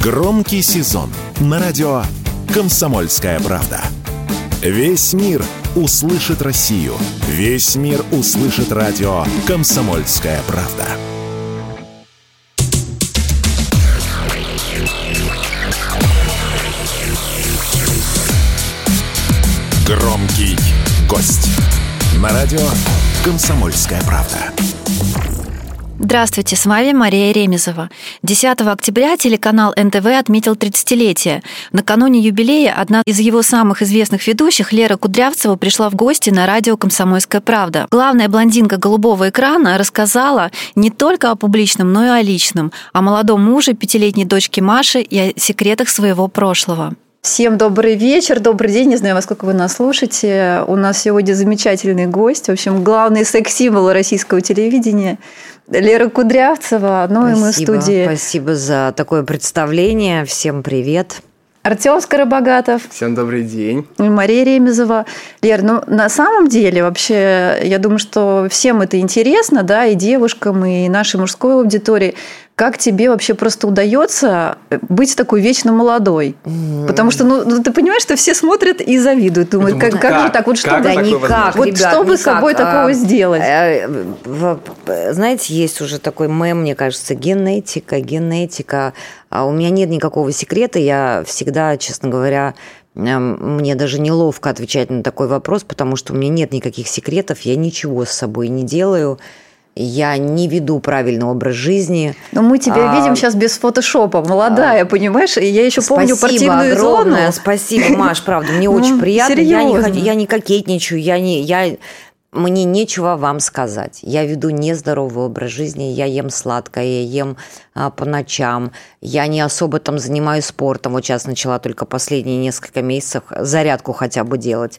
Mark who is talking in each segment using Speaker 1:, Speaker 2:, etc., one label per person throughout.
Speaker 1: Громкий сезон на радио «Комсомольская правда». Весь мир услышит Россию. Весь мир услышит радио «Комсомольская правда». Громкий гость. На радио «Комсомольская правда».
Speaker 2: Здравствуйте, с вами Мария Ремезова. 10 октября телеканал НТВ отметил 30-летие. Накануне юбилея одна из его самых известных ведущих, Лера Кудрявцева, пришла в гости на радио «Комсомольская правда». Главная блондинка голубого экрана рассказала не только о публичном, но и о личном, о молодом муже, 5-летней дочке Маши и о секретах своего прошлого. Всем добрый вечер, добрый день. Не знаю, во сколько вы нас слушаете. У нас сегодня замечательный гость. В общем, главный секс-символ российского телевидения Лера Кудрявцева. Ну и мы в студии.
Speaker 3: Спасибо за такое представление. Всем привет.
Speaker 2: Артем Скоробогатов.
Speaker 4: Всем добрый день.
Speaker 2: И Мария Ремезова. Лер, ну на самом деле вообще, я думаю, что всем это интересно, да, и девушкам, и нашей мужской аудитории. Как тебе вообще просто удается быть такой вечно молодой? Потому что, ну ты понимаешь, что все смотрят и завидуют. Думают, как же так? Вот что бы, что бы с собой такого сделать?
Speaker 3: Знаете, есть уже такой мем, мне кажется, генетика. А у меня нет никакого секрета. Я всегда, честно говоря, мне даже неловко отвечать на такой вопрос, потому что у меня нет никаких секретов, я ничего с собой не делаю. Я не веду правильный образ жизни.
Speaker 2: Но мы тебя видим сейчас без фотошопа, молодая, понимаешь? И я еще помню партийную зону.
Speaker 3: Спасибо, Маш, правда, мне очень приятно. Я не кокетничаю, мне нечего вам сказать. Я веду нездоровый образ жизни, я ем сладкое, я ем по ночам, я не особо там занимаюсь спортом. Вот сейчас начала только последние несколько месяцев зарядку хотя бы делать.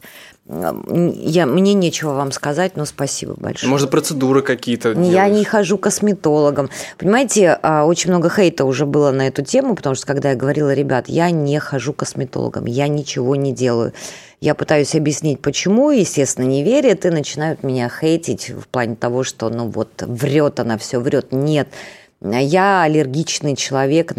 Speaker 3: Мне нечего вам сказать, но спасибо большое.
Speaker 4: Может, процедуры какие-то делаешь?
Speaker 3: Я не хожу к косметологам. Понимаете, очень много хейта уже было на эту тему, потому что когда я говорила, ребят, я не хожу к косметологам, я ничего не делаю. Я пытаюсь объяснить, почему, естественно, не верят и начинают меня хейтить в плане того, что, врет она, все врет. Нет, я аллергичный человек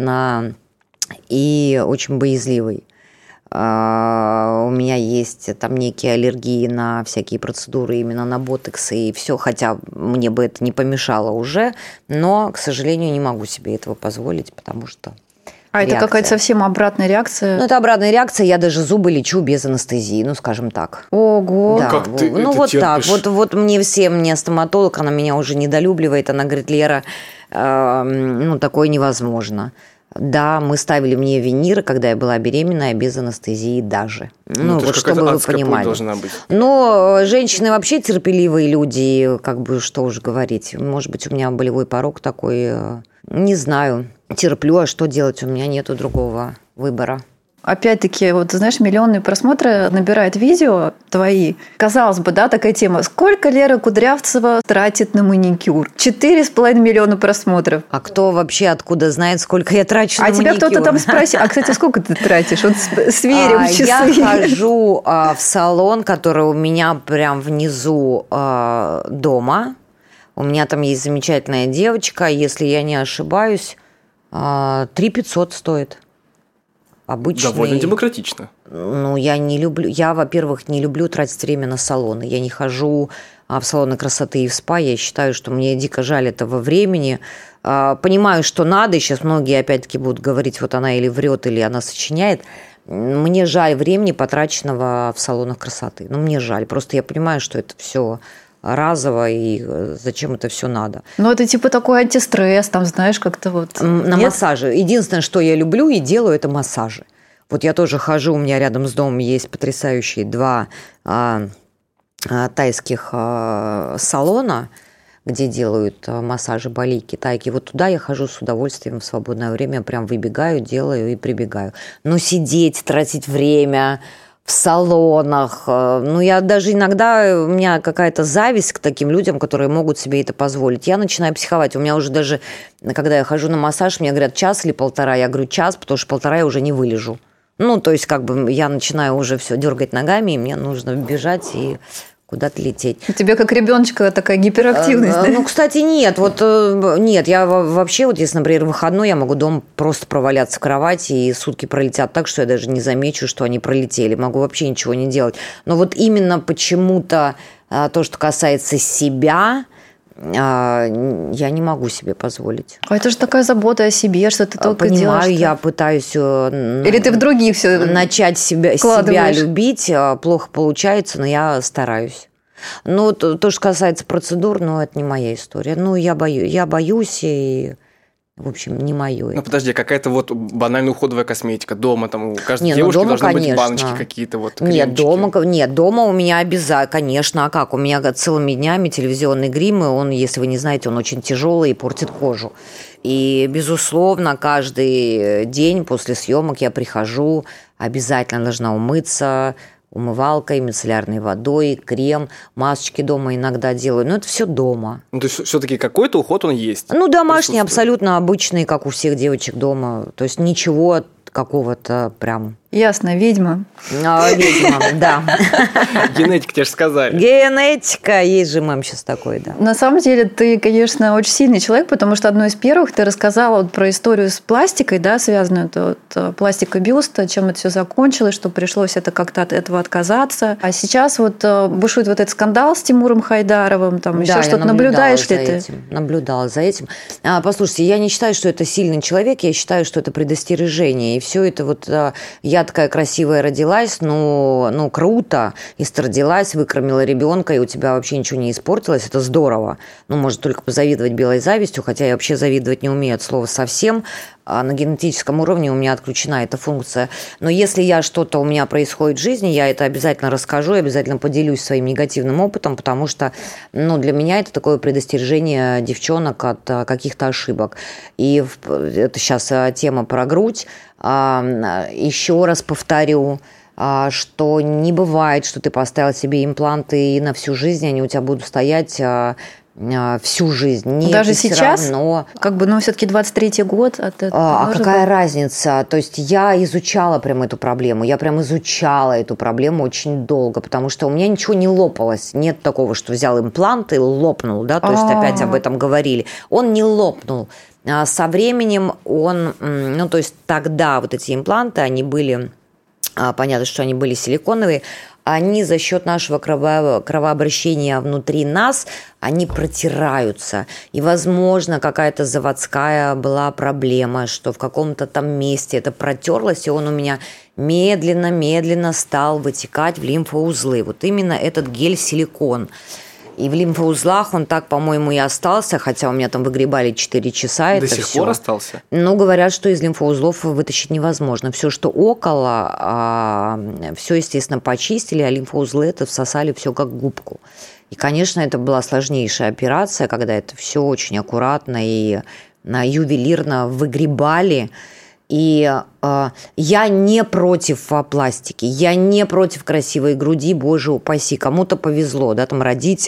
Speaker 3: и очень боязливый. У меня есть там некие аллергии на всякие процедуры, именно на ботокс и все, хотя мне бы это не помешало уже, но, к сожалению, не могу себе этого позволить, потому что
Speaker 2: это какая-то совсем обратная реакция?
Speaker 3: Это обратная реакция, я даже зубы лечу без анестезии, скажем так.
Speaker 2: Ого!
Speaker 3: Да.
Speaker 4: Как ты это
Speaker 3: вот
Speaker 4: терпишь?
Speaker 3: Так, вот мне стоматолог, она меня уже недолюбливает, она говорит, Лера, такое невозможно. Да, мы ставили мне виниры, когда я была беременная, без анестезии даже. Вот чтобы вы понимали.
Speaker 4: Должна быть.
Speaker 3: Но женщины вообще терпеливые люди, что уж говорить. Может быть, у меня болевой порог такой, не знаю. Терплю, а что делать? У меня нету другого выбора.
Speaker 2: Опять-таки, знаешь, миллионные просмотры набирает видео твои. Казалось бы, да, такая тема. Сколько Лера Кудрявцева тратит на маникюр? 4,5 миллиона просмотров.
Speaker 3: А кто вообще откуда знает, сколько я трачу на маникюр?
Speaker 2: А тебя кто-то там спросил. А, кстати, сколько ты тратишь? Вот сверим часы.
Speaker 3: Я хожу в салон, который у меня прям внизу дома. У меня там есть замечательная девочка. Если я не ошибаюсь, 3 500 стоит. Обычный.
Speaker 4: Довольно демократично.
Speaker 3: Я, во-первых, не люблю тратить время на салоны. Я не хожу в салоны красоты и в спа. Я считаю, что мне дико жаль этого времени. Понимаю, что надо. И сейчас многие опять-таки будут говорить, вот она или врет, или она сочиняет. Мне жаль времени, потраченного в салонах красоты. Мне жаль. Просто я понимаю, что это все разово, и зачем это все надо.
Speaker 2: Это типа такой антистресс, там, знаешь, как-то вот...
Speaker 3: На массаже. Единственное, что я люблю и делаю, это массажи. Вот я тоже хожу, у меня рядом с домом есть потрясающие 2 тайских салона, где делают массажи Бали, Китайки. Вот туда я хожу с удовольствием в свободное время, прям выбегаю, делаю и прибегаю. Но сидеть, тратить время в салонах. Я даже иногда, у меня какая-то зависть к таким людям, которые могут себе это позволить. Я начинаю психовать. У меня уже даже, когда я хожу на массаж, мне говорят, 1 или 1,5. Я говорю, 1, потому что 1,5 я уже не вылежу. То есть, я начинаю уже все дергать ногами, и мне нужно бежать и куда-то лететь.
Speaker 2: У тебя как ребеночка такая гиперактивность, да?
Speaker 3: Ну, кстати, нет. Нет, я вообще, если, например, выходной, я могу дома просто проваляться в кровати, и сутки пролетят так, что я даже не замечу, что они пролетели. Могу вообще ничего не делать. Но вот именно почему-то то, что касается себя, я не могу себе позволить.
Speaker 2: А это же такая забота о себе, что ты только делаешь.
Speaker 3: Понимаю, я пытаюсь...
Speaker 2: Или ты в других все
Speaker 3: начать себя любить. Плохо получается, но я стараюсь. Ну, то, что касается процедур, это не моя история. Я боюсь, и, в общем, не мое.
Speaker 4: Ну, подожди, какая-то вот банальная уходовая косметика дома, там у каждой девушки
Speaker 3: дома,
Speaker 4: должны
Speaker 3: конечно.
Speaker 4: быть баночки какие-то, вот,
Speaker 3: Нет,
Speaker 4: кремчики.
Speaker 3: дома у меня обязательно, конечно, а как? У меня целыми днями телевизионный грим, и он, если вы не знаете, он очень тяжелый и портит кожу. И, безусловно, каждый день после съемок я прихожу, обязательно должна умыться, умывалкой, мицеллярной водой, крем, масочки дома иногда делаю. Но это все дома.
Speaker 4: Ну, то есть все-таки какой-то уход он есть?
Speaker 3: Ну, домашний, абсолютно обычный, как у всех девочек дома. То есть ничего какого-то прям...
Speaker 2: Ясно, ведьма.
Speaker 3: Ведьма, да.
Speaker 4: Генетика, тебе же сказали.
Speaker 3: Генетика, есть же мем сейчас такой, да.
Speaker 2: На самом деле ты, конечно, очень сильный человек, потому что одной из первых ты рассказала про историю с пластикой, да, связанную пластика бюста, чем это все закончилось, что пришлось как-то от этого отказаться. А сейчас бушует этот скандал с Тимуром Хайдаровым, там еще что-то. Наблюдаешь ли ты?
Speaker 3: Наблюдала за этим. Послушайте, я не считаю, что это сильный человек, я считаю, что это предостережение. И все это я такая красивая родилась, круто, если ты родилась, выкормила ребенка, и у тебя вообще ничего не испортилось, это здорово. Может только позавидовать белой завистью, хотя я вообще завидовать не умею от слова совсем. На генетическом уровне у меня отключена эта функция. Но если что-то у меня происходит в жизни, я это обязательно расскажу, я обязательно поделюсь своим негативным опытом, потому что для меня это такое предостережение девчонок от каких-то ошибок. И это сейчас тема про грудь. Еще раз повторю, что не бывает, что ты поставил себе импланты и на всю жизнь они у тебя будут стоять всю жизнь. Нет,
Speaker 2: даже сейчас?
Speaker 3: Равно...
Speaker 2: все-таки 23-й год.
Speaker 3: Какая разница? То есть я изучала прям эту проблему. Я прям изучала эту проблему очень долго, потому что у меня ничего не лопалось. Нет такого, что взял имплант и лопнул, да? То есть опять об этом говорили. Он не лопнул. Со временем то есть тогда вот эти импланты, они были, понятно, что они были силиконовые, они за счет нашего кровообращения внутри нас, они протираются. И, возможно, какая-то заводская была проблема, что в каком-то там месте это протерлось, и он у меня медленно стал вытекать в лимфоузлы. Вот именно этот гель-силикон. И в лимфоузлах он так, по-моему, и остался, хотя у меня там выгребали 4 часа.
Speaker 4: До сих пор остался?
Speaker 3: Говорят, что из лимфоузлов вытащить невозможно. Все, что около, все, естественно, почистили, а лимфоузлы это всосали все как губку. И, конечно, это была сложнейшая операция, когда это все очень аккуратно и ювелирно выгребали. И я не против пластики, я не против красивой груди, боже упаси. Кому-то повезло, да, там родить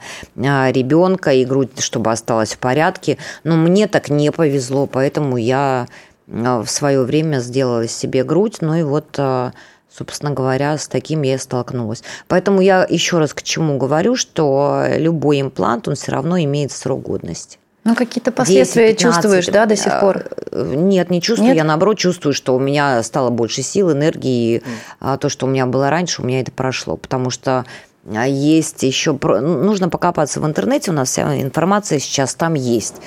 Speaker 3: ребенка и грудь, чтобы осталась в порядке, но мне так не повезло, поэтому я в свое время сделала себе грудь, собственно говоря, с таким я и столкнулась. Поэтому я еще раз к чему говорю, что любой имплант, он все равно имеет срок годности.
Speaker 2: Какие-то последствия 10, 15, чувствуешь, да, до сих пор?
Speaker 3: Нет, не чувствую. Нет? Я, наоборот, чувствую, что у меня стало больше сил, энергии. То, что у меня было раньше, у меня это прошло. Потому что есть еще... Нужно покопаться в интернете, у нас вся информация сейчас там есть.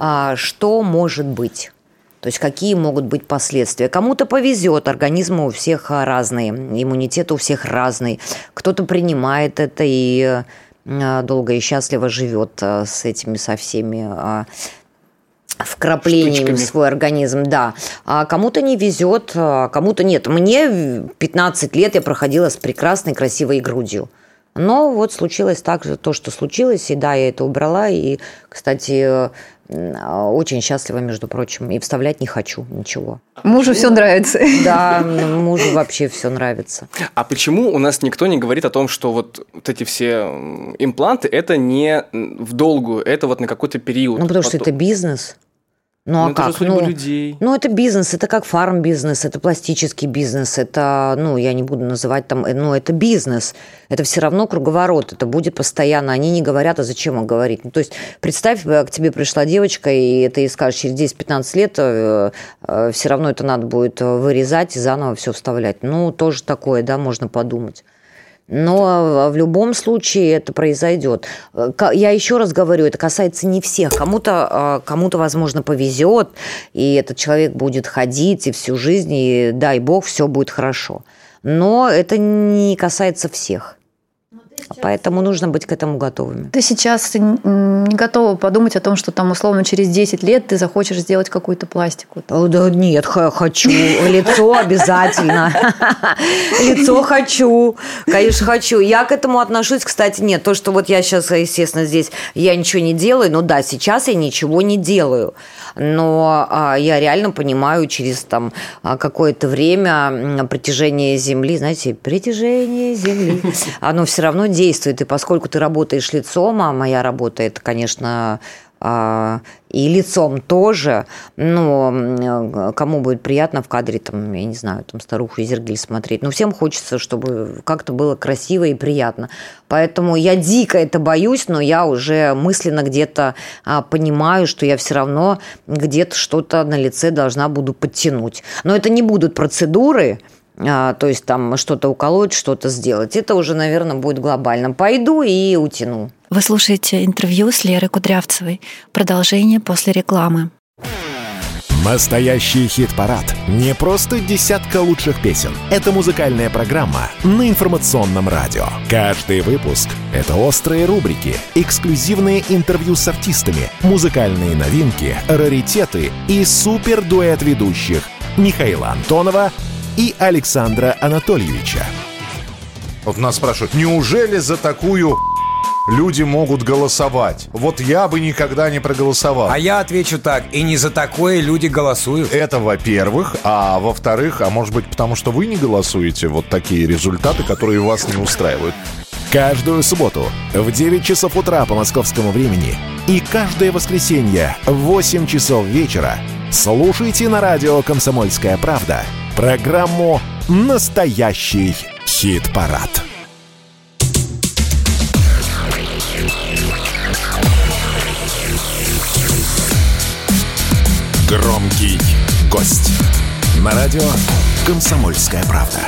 Speaker 3: Что может быть? То есть какие могут быть последствия. Кому-то повезет, организм у всех разный, иммунитет у всех разный. Кто-то принимает это и... долго и счастливо живет с этими, со всеми вкраплениями в свой организм, да. А кому-то не везет, кому-то нет. Мне 15 лет я проходила с прекрасной, красивой грудью. Но случилось так же, то, что случилось, и да, я это убрала, и, кстати, очень счастлива, между прочим, и вставлять не хочу ничего.
Speaker 2: Мужу все нравится.
Speaker 3: Да, мужу вообще все нравится.
Speaker 4: А почему у нас никто не говорит о том, что вот эти все импланты, это не в долгую, это на какой-то период?
Speaker 3: Потому что это бизнес. Ну, а
Speaker 4: это же
Speaker 3: как?
Speaker 4: судьба людей.
Speaker 3: Ну, это бизнес, это как фарм-бизнес, это пластический бизнес, это, я не буду называть там, это бизнес. Это все равно круговорот, это будет постоянно. Они не говорят, а зачем им говорить? То есть представь, к тебе пришла девочка, и ты ей скажешь, через 10-15 лет все равно это надо будет вырезать и заново все вставлять. Тоже такое, да, можно подумать. Но в любом случае это произойдет. Я еще раз говорю, это касается не всех. Кому-то, возможно, повезет, и этот человек будет ходить и всю жизнь, и дай бог, все будет хорошо. Но это не касается всех. Поэтому нужно быть к этому готовыми.
Speaker 2: Ты сейчас не готова подумать о том, что там условно через 10 лет ты захочешь сделать какую-то пластику?
Speaker 3: Да нет, хочу. Лицо обязательно. Лицо хочу. Конечно, хочу. Я к этому отношусь, кстати, нет. То, что вот я сейчас, естественно, здесь, я ничего не делаю. Да, сейчас я ничего не делаю. Но я реально понимаю, через там какое-то время притяжение Земли, знаете, притяжение Земли, оно все равно действует. И поскольку ты работаешь лицом, а моя работа, это, конечно, и лицом тоже, кому будет приятно в кадре, там, я не знаю, там, старуху Изергиль смотреть. Всем хочется, чтобы как-то было красиво и приятно. Поэтому я дико это боюсь, но я уже мысленно где-то понимаю, что я все равно где-то что-то на лице должна буду подтянуть. Но это не будут процедуры, то есть там что-то уколоть, что-то сделать. Это уже, наверное, будет глобально. Пойду и утяну.
Speaker 2: Вы слушаете интервью с Лерой Кудрявцевой. Продолжение после рекламы.
Speaker 1: Настоящий хит-парад. Не просто десятка лучших песен. Это музыкальная программа на информационном радио. Каждый выпуск — это острые рубрики, эксклюзивные интервью с артистами, музыкальные новинки, раритеты и супер-дуэт ведущих Михаила Антонова и Александра Анатольевича.
Speaker 5: Вот нас спрашивают, неужели за такую люди могут голосовать? Вот я бы никогда не проголосовал.
Speaker 6: А я отвечу так, и не за такое люди голосуют.
Speaker 5: Это во-первых, а во-вторых, может быть, потому что вы не голосуете, вот такие результаты, которые вас не устраивают.
Speaker 1: Каждую субботу в 9 часов утра по московскому времени и каждое воскресенье в 8 часов вечера слушайте на радио «Комсомольская правда» программу «Настоящий хит-парад». Громкий гость. На радио «Комсомольская правда».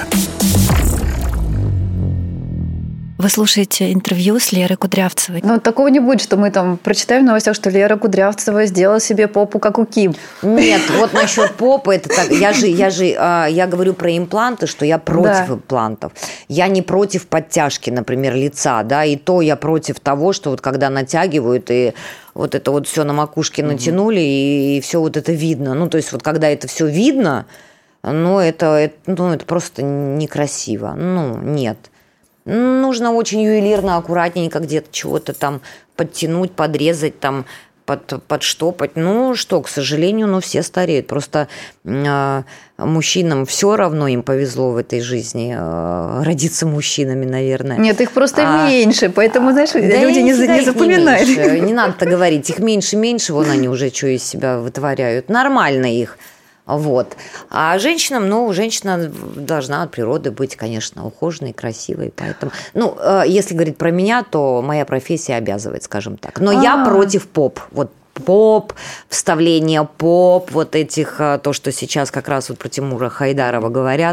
Speaker 2: Вы слушаете интервью с Лерой Кудрявцевой. Но такого не будет, что мы там прочитаем в новостях, что Лера Кудрявцева сделала себе попу, как у Ким.
Speaker 3: Нет, вот насчет попы, это так. Я говорю про импланты, что я против имплантов. Я не против подтяжки, например, лица, да, и то я против того, что вот когда натягивают и вот это вот все на макушке натянули, и все вот это видно. То есть вот когда это все видно, это просто некрасиво. Нет. Нужно очень ювелирно, аккуратненько где-то чего-то там подтянуть, подрезать, там, подштопать. К сожалению, все стареют. Просто мужчинам все равно им повезло в этой жизни родиться мужчинами, наверное.
Speaker 2: Нет, их просто меньше, поэтому, знаешь, люди не запоминают.
Speaker 3: Не надо-то говорить, их меньше, вон они уже что из себя вытворяют. Нормально их. Вот. А женщинам, женщина должна от природы быть, конечно, ухоженной, красивой. Поэтому, если говорить про меня, то моя профессия обязывает, скажем так. Но я против поп. Вот поп, вставление поп, вот этих, то, что сейчас как раз вот про Тимура Хайдарова говорят.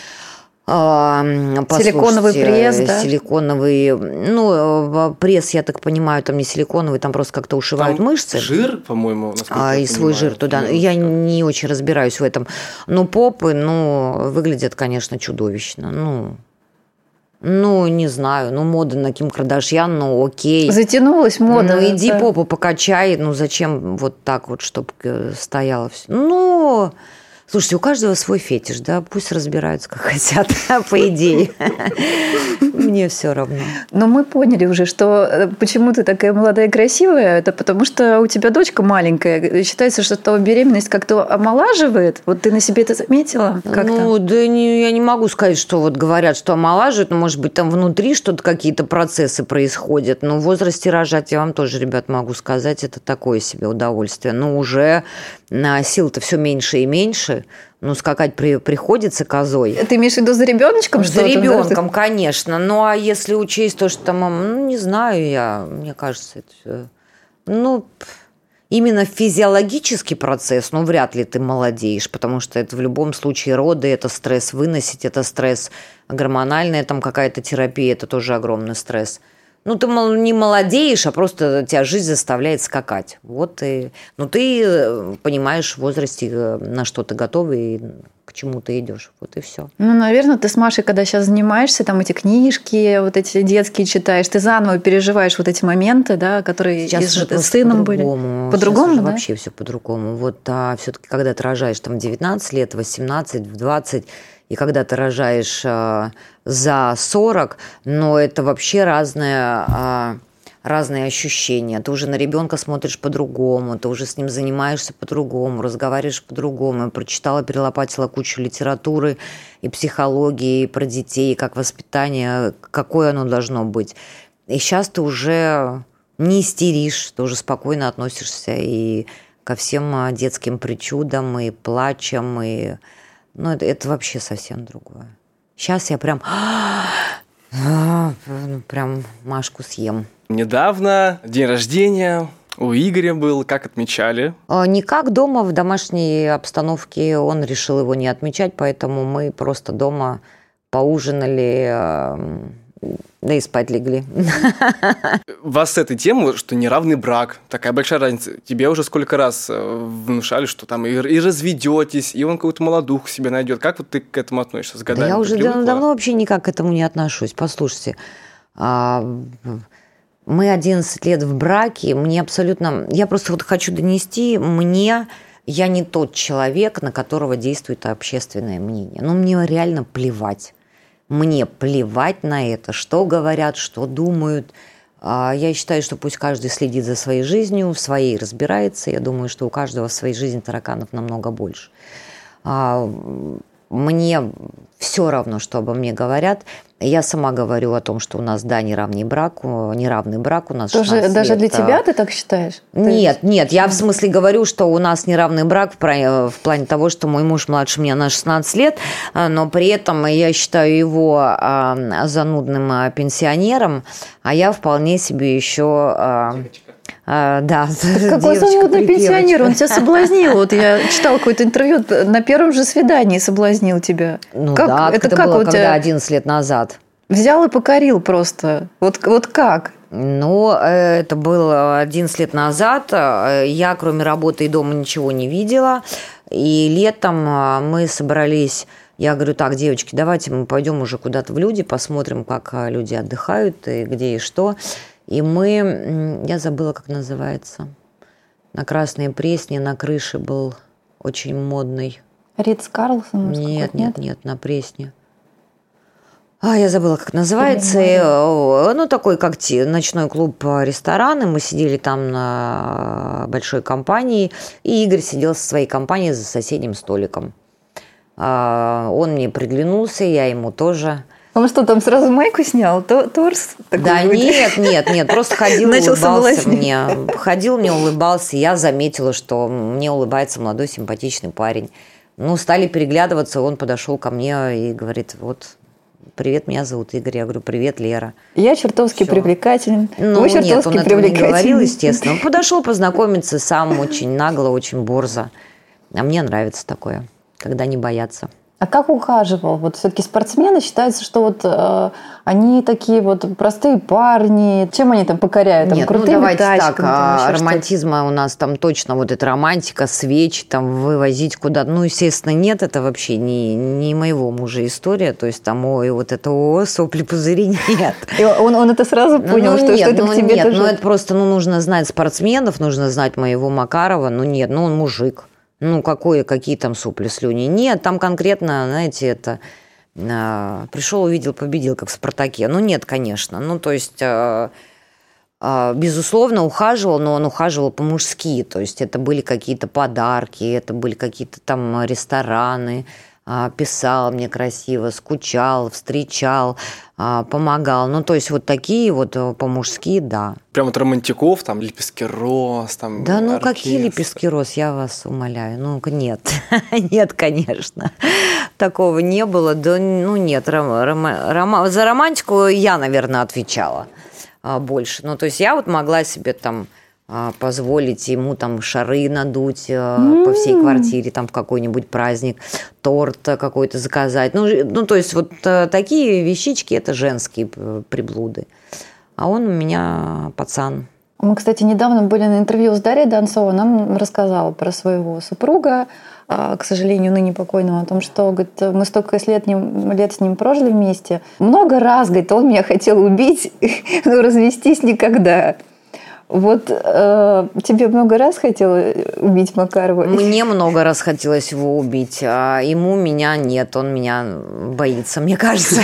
Speaker 2: Силиконовый пресс, да?
Speaker 3: Силиконовый, пресс, я так понимаю, там не силиконовый, там просто как-то ушивают
Speaker 4: там
Speaker 3: мышцы.
Speaker 4: Жир, по-моему,
Speaker 3: и свой жир туда. Я не очень разбираюсь в этом. Но попы, выглядят, конечно, чудовищно. Не знаю, мода на Ким Кардашьян, окей.
Speaker 2: Затянулась мода.
Speaker 3: Иди попу покачай, зачем вот так вот, чтобы стояло все. Слушайте, у каждого свой фетиш, да, пусть разбираются, как хотят, по идее. Мне все равно.
Speaker 2: Но мы поняли уже, что почему ты такая молодая и красивая, это потому что у тебя дочка маленькая. Считается, что беременность как-то омолаживает. Вот ты на себе это заметила? Как-то?
Speaker 3: Я не могу сказать, что вот говорят, что омолаживает, может быть, там внутри что-то, какие-то процессы происходят. Но в возрасте рожать, я вам тоже, ребят, могу сказать, это такое себе удовольствие. Уже сил-то все меньше и меньше, скакать приходится козой.
Speaker 2: Ты имеешь в виду за ребеночком?
Speaker 3: За ребенком, конечно. Ну, а если учесть то, что там, не знаю мне кажется, это... именно физиологический процесс, вряд ли ты молодеешь, потому что это в любом случае роды, это стресс выносить, это стресс гормональная, там какая-то терапия, это тоже огромный стресс. Ты не молодеешь, а просто тебя жизнь заставляет скакать. Вот и... ты понимаешь в возрасте, на что ты готова и к чему ты идешь. Вот и все.
Speaker 2: Наверное, ты с Машей, когда сейчас занимаешься, там эти книжки, вот эти детские читаешь, ты заново переживаешь вот эти моменты, да, которые
Speaker 3: сейчас
Speaker 2: с сыном были. По-другому,
Speaker 3: сейчас
Speaker 2: да?
Speaker 3: Вообще все по-другому. Вот все-таки, когда ты рожаешь там 19 лет, 18, в 20, и когда ты рожаешь за 40, это вообще разные ощущения. Ты уже на ребенка смотришь по-другому, ты уже с ним занимаешься по-другому, разговариваешь по-другому. Я прочитала, перелопатила кучу литературы и психологии, и про детей, и как воспитание, какое оно должно быть. И сейчас ты уже не истеришь, ты уже спокойно относишься и ко всем детским причудам, и плачам, и... это вообще совсем другое. Сейчас я прям Машку съем.
Speaker 4: Недавно день рождения у Игоря был. Как отмечали?
Speaker 3: Никак дома, в домашней обстановке. Он решил его не отмечать, поэтому мы просто дома поужинали, да и спать легли.
Speaker 4: Вас с этой темой, что неравный брак, такая большая разница. Тебе уже сколько раз внушали, что там и разведетесь, и он какую-то молодуху себе найдет. Как вот ты к этому относишься с годами?
Speaker 3: Да я уже давно вообще никак к этому не отношусь. Послушайте, мы 11 лет в браке, мне абсолютно... Я просто хочу донести, я не тот человек, на которого действует общественное мнение. Мне реально плевать. Мне плевать на это, что говорят, что думают. Я считаю, что пусть каждый следит за своей жизнью, в своей разбирается. Я думаю, что у каждого в своей жизни тараканов намного больше. Мне все равно, что обо мне говорят. Я сама говорю о том, что у нас, неравный брак у нас 16 лет.
Speaker 2: Даже для тебя ты так считаешь?
Speaker 3: Нет, я в смысле говорю, что у нас неравный брак в плане того, что мой муж младше меня на 16 лет, но при этом я считаю его занудным пенсионером, а я вполне себе еще... Да,
Speaker 2: какой занудный пенсионер, он тебя соблазнил. Вот я читала какое-то интервью, на первом же свидании соблазнил тебя.
Speaker 3: Это было когда 11 лет назад.
Speaker 2: Взял и покорил просто. Вот как?
Speaker 3: Это было 11 лет назад. Я, кроме работы и дома, ничего не видела. И летом мы собрались... Я говорю, так, девочки, давайте мы пойдем уже куда-то в люди, посмотрим, как люди отдыхают, и где и что... И я забыла, как называется, на Красной Пресне на крыше был очень модный.
Speaker 2: Ритц Карлсон?
Speaker 3: Нет, на Пресне. Я забыла, как называется. Такой, как ночной клуб-ресторан, и мы сидели там на большой компании, и Игорь сидел со своей компанией за соседним столиком. Он мне приглянулся, я ему тоже...
Speaker 2: Он что, там сразу майку снял? Торс?
Speaker 3: Да нет, просто ходил, улыбался мне. Ходил, мне улыбался, я заметила, что мне улыбается молодой симпатичный парень. Стали переглядываться, он подошел ко мне и говорит, привет, меня зовут Игорь. Я говорю, привет, Лера.
Speaker 2: Я чертовски привлекателен. Вы чертовски
Speaker 3: нет, он этого не
Speaker 2: привлекательный.
Speaker 3: говорил, естественно. Он подошел познакомиться сам очень нагло, очень борзо. А мне нравится такое, когда не боятся.
Speaker 2: А как ухаживал? Все-таки спортсмены считается, что они такие простые парни. Чем они там покоряют? Там, крутыми
Speaker 3: давайте
Speaker 2: тачками,
Speaker 3: так, романтизма у нас там точно, эта романтика, свечи, там вывозить куда-то. Естественно, нет, это вообще не моего мужа история. То есть там, сопли, пузыри, нет.
Speaker 2: И он это сразу понял, что это к тебе тоже?
Speaker 3: Это просто, нужно знать спортсменов, нужно знать моего Макарова. Он мужик. Какие там сопли, слюни? Нет, там конкретно, знаете, пришел, увидел, победил, как в «Спартаке». Нет, конечно. То есть, безусловно, ухаживал, но он ухаживал по-мужски. То есть, это были какие-то подарки, это были какие-то там рестораны, писал мне красиво, скучал, встречал, помогал. Ну, то есть вот такие вот по-мужски, да.
Speaker 4: Прям вот романтиков, там, лепестки роз, там,
Speaker 3: Да ну
Speaker 4: оркестр.
Speaker 3: какие лепестки роз, я вас умоляю. Ну, нет, нет, конечно. Такого не было. Да, ну, нет, за романтику я, наверное, отвечала больше. Ну, то есть я вот могла себе там позволить ему там шары надуть по всей квартире, там в какой-нибудь праздник, торт какой-то заказать. Ну, то есть вот такие вещички – это женские приблуды. А он у меня пацан.
Speaker 7: Мы, кстати, недавно были на интервью с Дарьей Донцовой. Нам рассказала про своего супруга, к сожалению, ныне покойного, о том, что, говорит, мы столько лет с ним прожили вместе. Много раз, говорит, он меня хотел убить, но развестись никогда. Вот тебе много раз хотела убить Макарова?
Speaker 3: Мне много раз хотелось его убить, а ему меня нет, он меня боится, мне кажется.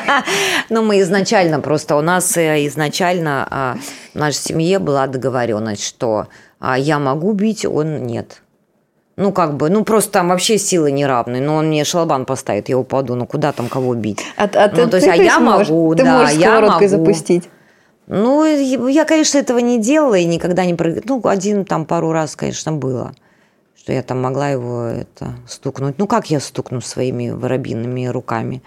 Speaker 3: Но мы изначально, просто у нас изначально в нашей семье была договоренность, что я могу бить, он нет. Ну, как бы, ну, просто там вообще силы неравные. Ну, он мне шалбан поставит, я упаду, ну, куда там кого бить? Я могу,
Speaker 7: ты можешь сковородкой запустить.
Speaker 3: Ну, я, конечно, этого не делала и никогда не прыгала. Ну, один там пару раз, конечно, было, что я там могла его стукнуть. Ну, как я стукну своими воробьиными руками?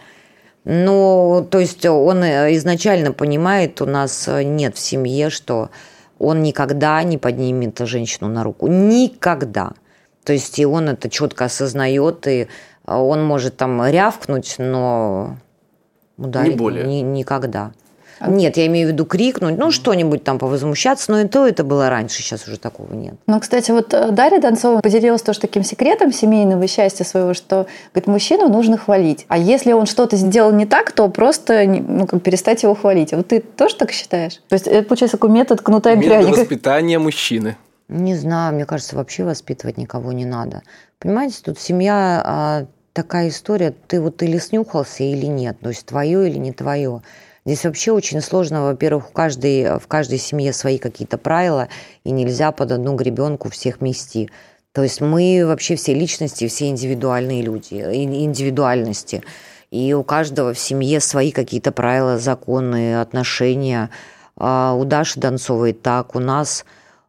Speaker 3: Ну, то есть он изначально понимает, у нас нет в семье, что он никогда не поднимет женщину на руку. Никогда. То есть и он это четко осознает, и он может там рявкнуть, но ударить
Speaker 4: не более.
Speaker 3: Никогда. Нет, я имею в виду крикнуть, ну, что-нибудь там повозмущаться, но и то это было раньше, сейчас уже такого нет.
Speaker 7: Ну, кстати, вот Дарья Донцова поделилась тоже таким секретом семейного счастья своего, что, говорит, мужчину нужно хвалить. А если он что-то сделал не так, то просто перестать его хвалить. Вот ты тоже так считаешь? То есть это, получается, такой метод кнута и пряника.
Speaker 4: Метод воспитания мужчины.
Speaker 3: Не знаю, мне кажется, вообще воспитывать никого не надо. Понимаете, тут семья такая история, ты вот или снюхался, или нет, то есть твое или не твое. Здесь вообще очень сложно, во-первых, в каждой семье свои какие-то правила, и нельзя под одну гребенку всех мести. То есть мы вообще все личности, все индивидуальные люди, индивидуальности. И у каждого в семье свои какие-то правила, законы, отношения. У Даши Донцовой так, у нас,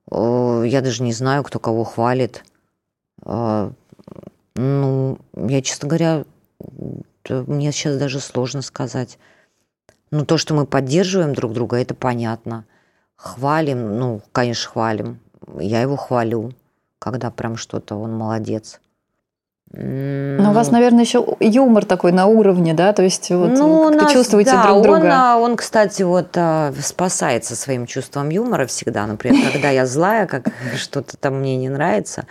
Speaker 3: я даже не знаю, кто кого хвалит. Ну, я, честно говоря, мне сейчас даже сложно сказать. Ну, то, что мы поддерживаем друг друга, это понятно. Хвалим, ну, конечно, хвалим. Я его хвалю, когда прям что-то, он молодец.
Speaker 7: Но у вас, наверное, еще юмор такой на уровне, да? То есть вот как-то чувствуете друг друга.
Speaker 3: Он, кстати, вот спасается своим чувством юмора всегда. Например, когда я злая, как что-то там мне не нравится,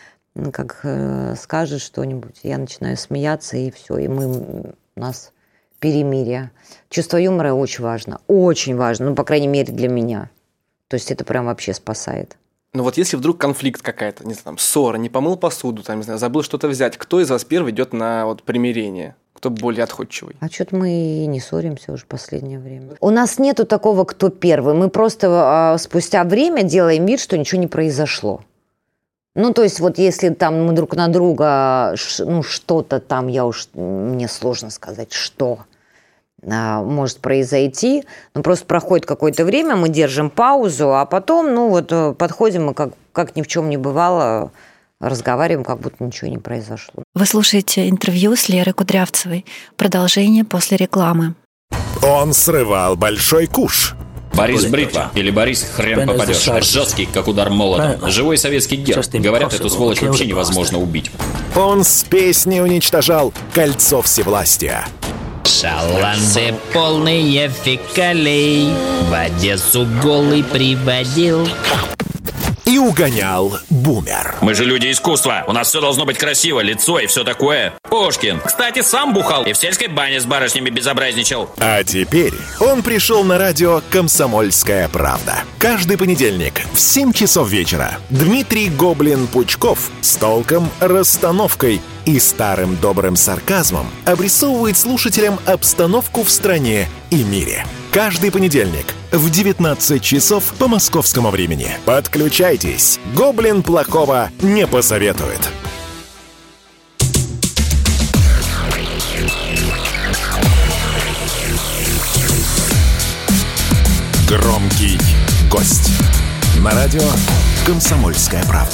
Speaker 3: как скажет что-нибудь, я начинаю смеяться, и все. И у нас перемирие. Чувство юмора очень важно. Очень важно. Ну, по крайней мере, для меня. То есть это прям вообще спасает.
Speaker 4: Ну вот если вдруг конфликт какая-то, не знаю, там, ссора, не помыл посуду, там, не знаю, забыл что-то взять, кто из вас первый идет на вот примирение? Кто более отходчивый?
Speaker 3: А что-то мы и не ссоримся уже в последнее время. У нас нету такого, кто первый. Мы просто спустя время делаем вид, что ничего не произошло. Ну, то есть вот если там мы друг на друга, ну, что-то там, мне сложно сказать, что может произойти, но просто проходит какое-то время, мы держим паузу, а потом, ну, вот подходим и как ни в чем не бывало, разговариваем, как будто ничего не произошло.
Speaker 2: Вы слушаете интервью с Лерой Кудрявцевой. Продолжение после рекламы.
Speaker 1: Он срывал большой куш.
Speaker 8: Борис Бритва или Борис хрен попадешь. Жесткий, как удар молотом. Живой советский герб. Говорят, эту сволочь вообще невозможно убить.
Speaker 1: Он с песней уничтожал кольцо всевластия.
Speaker 9: Шаланды полные фекалей в Одессу голый приводил.
Speaker 1: И угонял бумер.
Speaker 8: Мы же люди искусства. У нас все должно быть красиво, лицо и все такое. Пушкин, кстати, сам бухал и в сельской бане с барышнями безобразничал.
Speaker 1: А теперь он пришел на радио «Комсомольская правда». Каждый понедельник в 7 часов вечера Дмитрий Гоблин-Пучков с толком, расстановкой и старым добрым сарказмом обрисовывает слушателям обстановку в стране и мире. Каждый понедельник в 19 часов по московскому времени. Подключайтесь. Гоблин плохого не посоветует. Громкий гость. На радио «Комсомольская правда».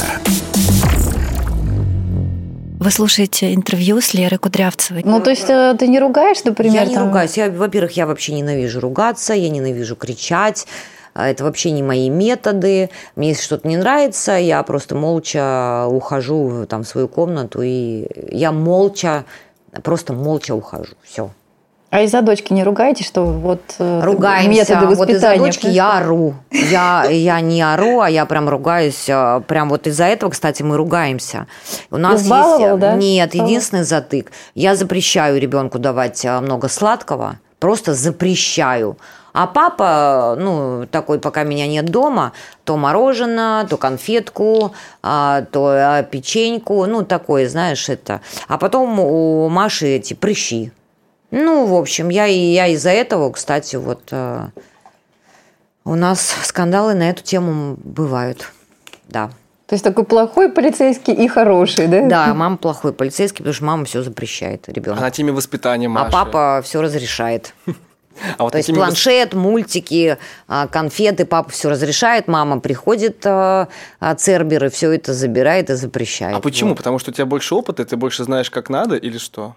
Speaker 2: Вы слушаете интервью с Лерой Кудрявцевой.
Speaker 7: Ну, то есть ты не ругаешь, например?
Speaker 3: Я не ругаюсь. Во-первых, я вообще ненавижу ругаться, я ненавижу кричать. Это вообще не мои методы. Мне если что-то не нравится, я просто молча ухожу там, в свою комнату, и я просто молча ухожу. Все.
Speaker 7: А из-за дочки не ругаетесь, что вот
Speaker 3: ругаемся.
Speaker 7: Методы воспитания?
Speaker 3: Вот из-за дочки я ору. Я не ору, а я прям ругаюсь. Прям вот из-за этого, кстати, мы ругаемся. У нас
Speaker 7: избаловал,
Speaker 3: есть...
Speaker 7: да?
Speaker 3: Нет, единственный затык. Я запрещаю ребенку давать много сладкого. Просто запрещаю. А папа, такой, пока меня нет дома, то мороженое, то конфетку, то печеньку, такое, знаешь, это. А потом у Маши эти прыщи. В общем, я из-за этого, кстати, вот у нас скандалы на эту тему бывают, да.
Speaker 7: То есть такой плохой полицейский и хороший, да?
Speaker 3: Да, мама плохой полицейский, потому что мама все запрещает ребенку.
Speaker 4: А на теме воспитания Маши?
Speaker 3: А папа все разрешает.
Speaker 4: А вот
Speaker 3: то есть планшет, мультики, конфеты, папа все разрешает, мама приходит, Цербер, и все это забирает и запрещает.
Speaker 4: А почему? Вот. Потому что у тебя больше опыта, ты больше знаешь, как надо, или что?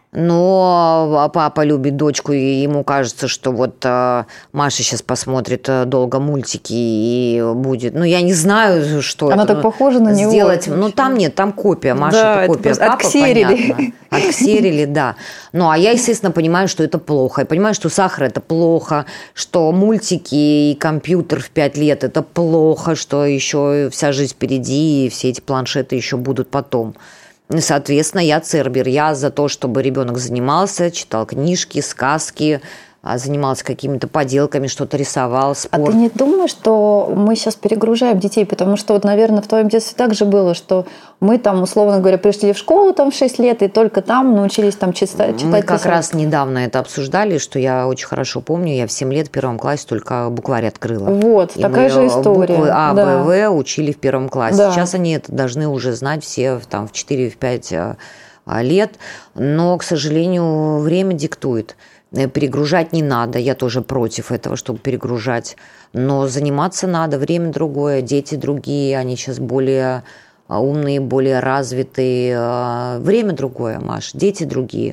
Speaker 3: Но папа любит дочку, и ему кажется, что вот Маша сейчас посмотрит долго мультики и будет... я не знаю, что
Speaker 7: она
Speaker 3: это.
Speaker 7: Так похожа на него.
Speaker 3: Сделать. Там нет, там копия. Маша, это копия. Папа,
Speaker 7: отксерили.
Speaker 3: Отксерили, да. А я, естественно, понимаю, что это плохо. Я понимаю, что сахар – это плохо, что мультики и компьютер в 5 лет – это плохо, что еще вся жизнь впереди, и все эти планшеты еще будут потом. И, соответственно, я Цербер. Я за то, чтобы ребенок занимался, читал книжки, сказки, занимался какими-то поделками, что-то рисовал, спорт.
Speaker 7: А ты не думаешь, что мы сейчас перегружаем детей? Потому что, вот, наверное, в твоем детстве так же было, что мы там, условно говоря, пришли в школу там в 6 лет, и только там научились там читать.
Speaker 3: Мы как раз недавно это обсуждали, что я очень хорошо помню, я в 7 лет в 1 классе только букварь открыла.
Speaker 7: Вот, и такая же история.
Speaker 3: Буквы А, Б, В учили в 1 классе.
Speaker 7: Да.
Speaker 3: Сейчас они это должны уже знать все там, в 4-5 лет, но, к сожалению, время диктует. Перегружать не надо, я тоже против этого, чтобы перегружать, но заниматься надо, время другое, дети другие, они сейчас более умные, более развитые, время другое, Маш, дети другие.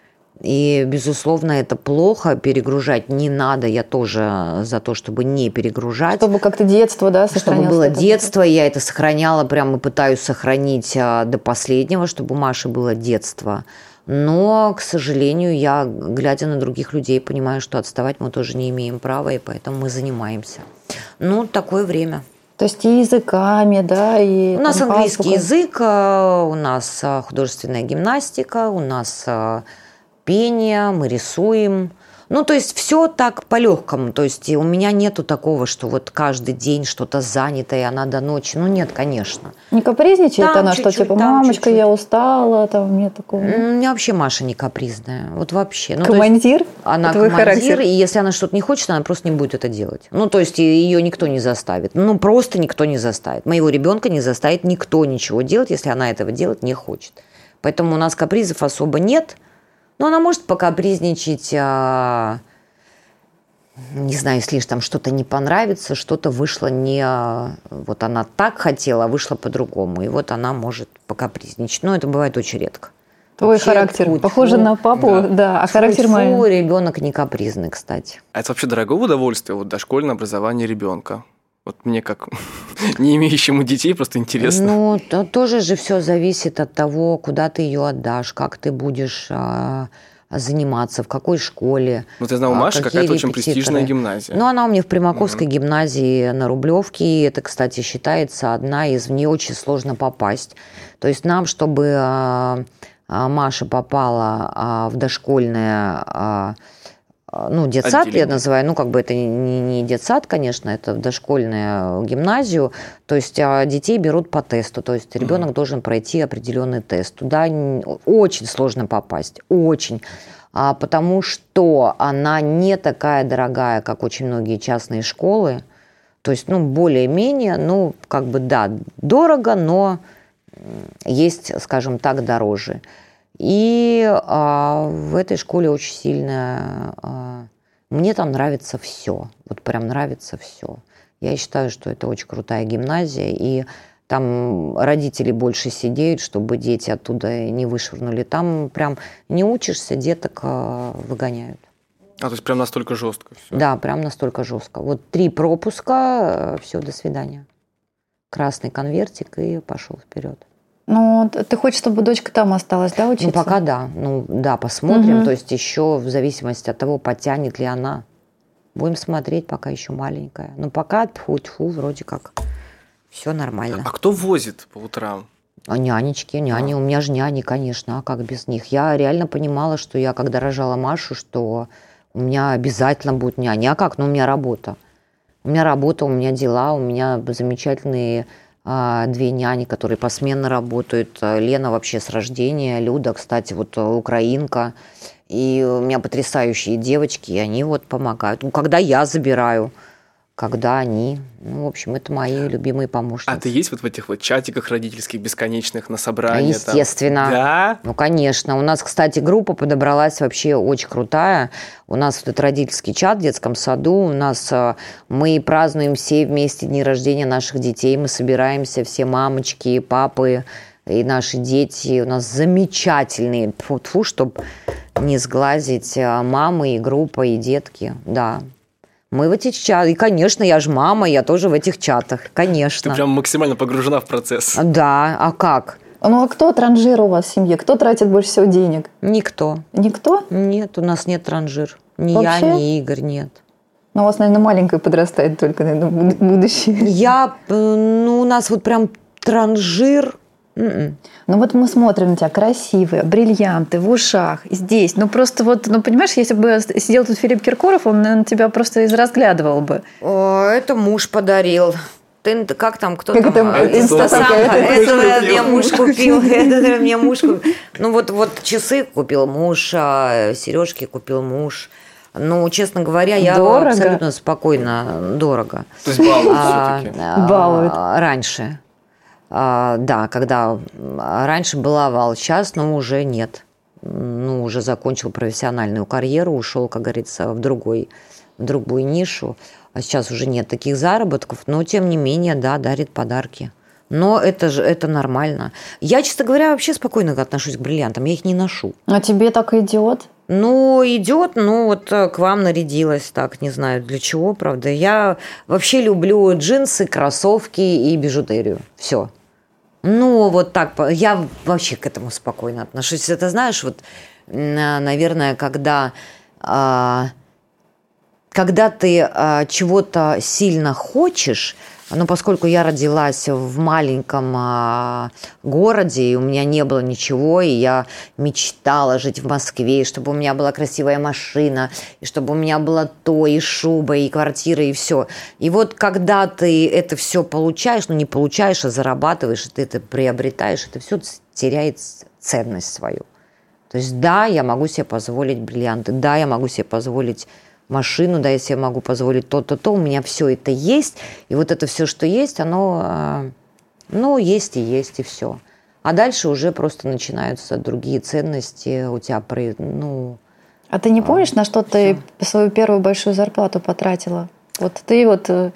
Speaker 3: И, безусловно, это плохо, перегружать не надо, я тоже за то, чтобы не перегружать.
Speaker 7: Чтобы как-то детство, да, сохранялось.
Speaker 3: Чтобы было детство, я это сохраняла, прямо пытаюсь сохранить до последнего, чтобы у Маши было детство. Но, к сожалению, я, глядя на других людей, понимаю, что отставать мы тоже не имеем права, и поэтому мы занимаемся. Такое время.
Speaker 7: То есть и языками, да, и...
Speaker 3: У нас английский язык, у нас художественная гимнастика, у нас пение, мы рисуем. То есть все так по-легкому. То есть у меня нету такого, что вот каждый день что-то занято, и она до ночи. Нет, конечно.
Speaker 7: Не капризничает
Speaker 3: там
Speaker 7: она, что типа, мамочка, я устала, там нет такого?
Speaker 3: У меня вообще Маша не капризная. Вот вообще.
Speaker 7: Командир?
Speaker 3: Она командир, и если она что-то не хочет, она просто не будет это делать. То есть ее никто не заставит. Просто никто не заставит. Моего ребенка не заставит никто ничего делать, если она этого делать не хочет. Поэтому у нас капризов особо нет. Но она может покапризничать, не знаю, если там что-то не понравится, что-то вышло не... Вот она так хотела, а вышло по-другому. И вот она может покапризничать. Но это бывает очень редко.
Speaker 7: Твой характер похоже на папу, да, а характер мой.
Speaker 3: Ребенок не капризный, кстати.
Speaker 4: А это вообще дорогое удовольствие, дошкольное образование ребенка? Вот мне как не имеющему детей просто интересно.
Speaker 3: Тоже же все зависит от того, куда ты ее отдашь, как ты будешь заниматься, в какой школе.
Speaker 4: Я знаю, у Маши какая-то очень престижная гимназия.
Speaker 3: Она у меня в Примаковской гимназии на Рублевке. И это, кстати, считается одна из... В нее очень сложно попасть. То есть нам, чтобы Маша попала в дошкольное... детсад отделение. Я называю, это не детсад, конечно, это дошкольную гимназию, то есть детей берут по тесту, то есть ребенок должен пройти определенный тест. Туда очень сложно попасть, очень, потому что она не такая дорогая, как очень многие частные школы, то есть, более-менее, да, дорого, но есть, скажем так, дороже. И в этой школе очень сильная Мне там нравится все. Вот прям нравится все. Я считаю, что это очень крутая гимназия, и там родители больше сидеют, чтобы дети оттуда не вышвырнули. Там прям не учишься, деток выгоняют.
Speaker 4: То есть прям настолько жестко все?
Speaker 3: Да, прям настолько жестко. Вот 3 пропуска, все, до свидания. Красный конвертик и пошел вперед.
Speaker 7: Ну, ты хочешь, чтобы дочка там осталась, да, учиться?
Speaker 3: Ну, пока да. Ну, да, посмотрим. То есть еще в зависимости от того, потянет ли она. Будем смотреть, пока еще маленькая. Но пока тьфу-тьфу, вроде как все нормально.
Speaker 4: А кто возит по утрам?
Speaker 3: Нянечки, няни. У меня же няни, конечно, а как без них? Я реально понимала, что я, когда рожала Машу, что у меня обязательно будет няня. А как? Ну, у меня работа. У меня работа, у меня дела, у меня замечательные 2 няни, которые посменно работают. Лена вообще с рождения, Люда, кстати, вот украинка. И у меня потрясающие девочки, и они вот помогают. Ну, когда я забираю, когда они. Ну, в общем, это мои любимые помощницы.
Speaker 4: А ты есть вот в этих вот чатиках родительских бесконечных на собраниях?
Speaker 3: Естественно.
Speaker 4: Там? Да?
Speaker 3: Ну, конечно. У нас, кстати, группа подобралась вообще очень крутая. У нас вот этот родительский чат в детском саду. У нас мы празднуем все вместе дни рождения наших детей. Мы собираемся, все мамочки, папы и наши дети. У нас замечательные, тьфу-тьфу, чтобы не сглазить, мамы и группа, и детки. Да. Мы в этих чатах. И, конечно, я же мама, я тоже в этих чатах. Конечно.
Speaker 4: Ты прям максимально погружена в процесс.
Speaker 3: Да, а как?
Speaker 7: Ну, а кто транжир у вас в семье? Кто тратит больше всего денег?
Speaker 3: Никто.
Speaker 7: Никто?
Speaker 3: Нет, у нас нет транжир. Ни
Speaker 7: Вообще?
Speaker 3: я, ни Игорь, нет.
Speaker 7: Ну, у вас, наверное, маленькая подрастает только, наверное, будущее.
Speaker 3: У нас вот прям транжир.
Speaker 7: Ну вот мы смотрим на тебя, красивые, бриллианты в ушах, здесь. Ну просто вот, ну понимаешь, если бы сидел тут Филипп Киркоров, он, наверное, тебя просто разглядывал бы.
Speaker 3: О, это муж подарил. Ты как там, кто
Speaker 7: как
Speaker 3: там?
Speaker 7: Инстасамка.
Speaker 3: Это мне муж купил. Это мне муж купил. Ну вот часы купил муж, сережки купил муж. Ну, честно говоря, я абсолютно спокойно, дорого.
Speaker 4: То есть балуют все-таки?
Speaker 7: Балуют.
Speaker 3: Раньше. Да, когда раньше баловал, сейчас, но уже нет. Ну, уже закончил профессиональную карьеру, ушел, как говорится, в другую нишу. А сейчас уже нет таких заработков, но, тем не менее, да, дарит подарки. Но это нормально. Я, честно говоря, вообще спокойно отношусь к бриллиантам, я их не ношу.
Speaker 7: А тебе так идет?
Speaker 3: Ну, идет, ну вот к вам нарядилась, так, не знаю для чего, правда. Я вообще люблю джинсы, кроссовки и бижутерию. Все. Ну, вот так, я вообще к этому спокойно отношусь. Это, знаешь, вот, наверное, когда ты чего-то сильно хочешь, но поскольку я родилась в маленьком городе, и у меня не было ничего, и я мечтала жить в Москве, и чтобы у меня была красивая машина, и чтобы у меня было то, и шуба, и квартира, и все. И вот когда ты это все получаешь, ну не получаешь, а зарабатываешь, и ты это приобретаешь, это все теряет ценность свою. То есть да, я могу себе позволить бриллианты, да, я могу себе позволить машину, да, я себе могу позволить то-то, у меня все это есть, и вот это все, что есть, оно, есть, и все. А дальше уже просто начинаются другие ценности у тебя,
Speaker 7: А ты не помнишь, на что ты свою первую большую зарплату потратила? Вот ты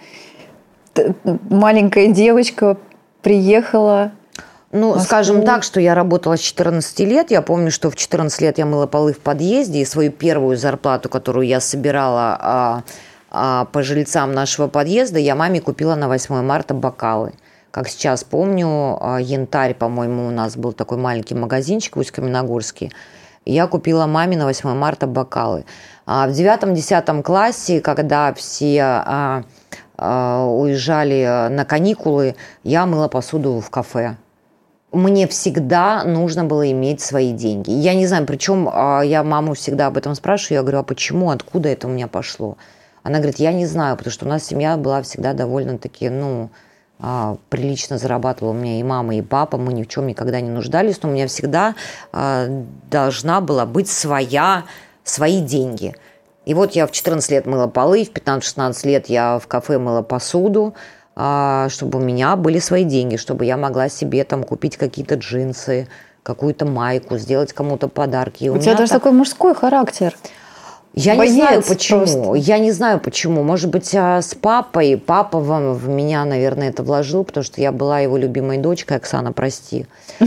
Speaker 7: маленькая девочка приехала...
Speaker 3: Ну, скажем так, что я работала с 14 лет. Я помню, что в 14 лет я мыла полы в подъезде, и свою первую зарплату, которую я собирала по жильцам нашего подъезда, я маме купила на 8 марта бокалы. Как сейчас помню, Янтарь, по-моему, у нас был такой маленький магазинчик в Усть-Каменогорске. Я купила маме на 8 марта бокалы. А в 9-10 классе, когда все уезжали на каникулы, я мыла посуду в кафе. Мне всегда нужно было иметь свои деньги. Я не знаю, причем я маму всегда об этом спрашиваю. Я говорю, а почему, откуда это у меня пошло? Она говорит, я не знаю, потому что у нас семья была всегда довольно-таки, прилично зарабатывала у меня и мама, и папа. Мы ни в чем никогда не нуждались, но у меня всегда должна была быть свои деньги. И вот я в 14 лет мыла полы, в 15-16 лет я в кафе мыла посуду, чтобы у меня были свои деньги, чтобы я могла себе там купить какие-то джинсы, какую-то майку, сделать кому-то подарки.
Speaker 7: У тебя даже такой мужской характер.
Speaker 3: Я не знаю почему. Просто. Я не знаю почему. Может быть, с папой. Папа в меня, наверное, это вложил, потому что я была его любимой дочкой. Оксана, прости.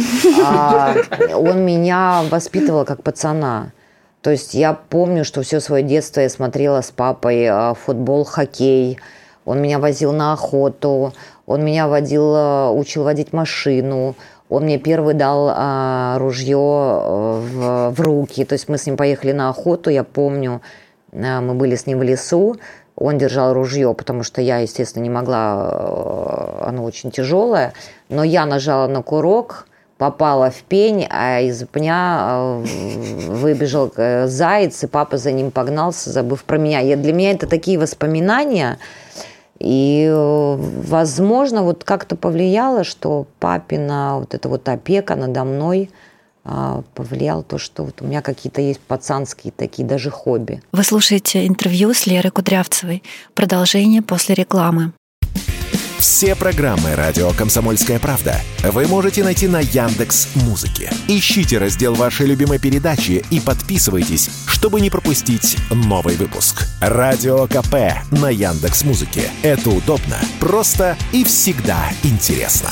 Speaker 3: Он меня воспитывал как пацана. То есть я помню, что все свое детство я смотрела с папой футбол, хоккей. Он меня возил на охоту. Он меня учил водить машину. Он мне первый дал ружье в руки. То есть мы с ним поехали на охоту, я помню, мы были с ним в лесу. Он держал ружье, потому что я, естественно, не могла, оно очень тяжелое. Но я нажала на курок, попала в пень, а из пня выбежал заяц, и папа за ним погнался, забыв про меня. Для меня это такие воспоминания. И, возможно, вот как-то повлияло, что папина вот эта вот опека надо мной повлиял то, что вот у меня какие-то есть пацанские такие даже хобби.
Speaker 2: Вы слушаете интервью с Лерой Кудрявцевой. Продолжение после рекламы.
Speaker 1: Все программы «Радио Комсомольская правда» вы можете найти на Яндекс.Музыке. Ищите раздел вашей любимой передачи и подписывайтесь, чтобы не пропустить новый выпуск. Радио КП на Яндекс.Музыке. Это удобно, просто и всегда интересно.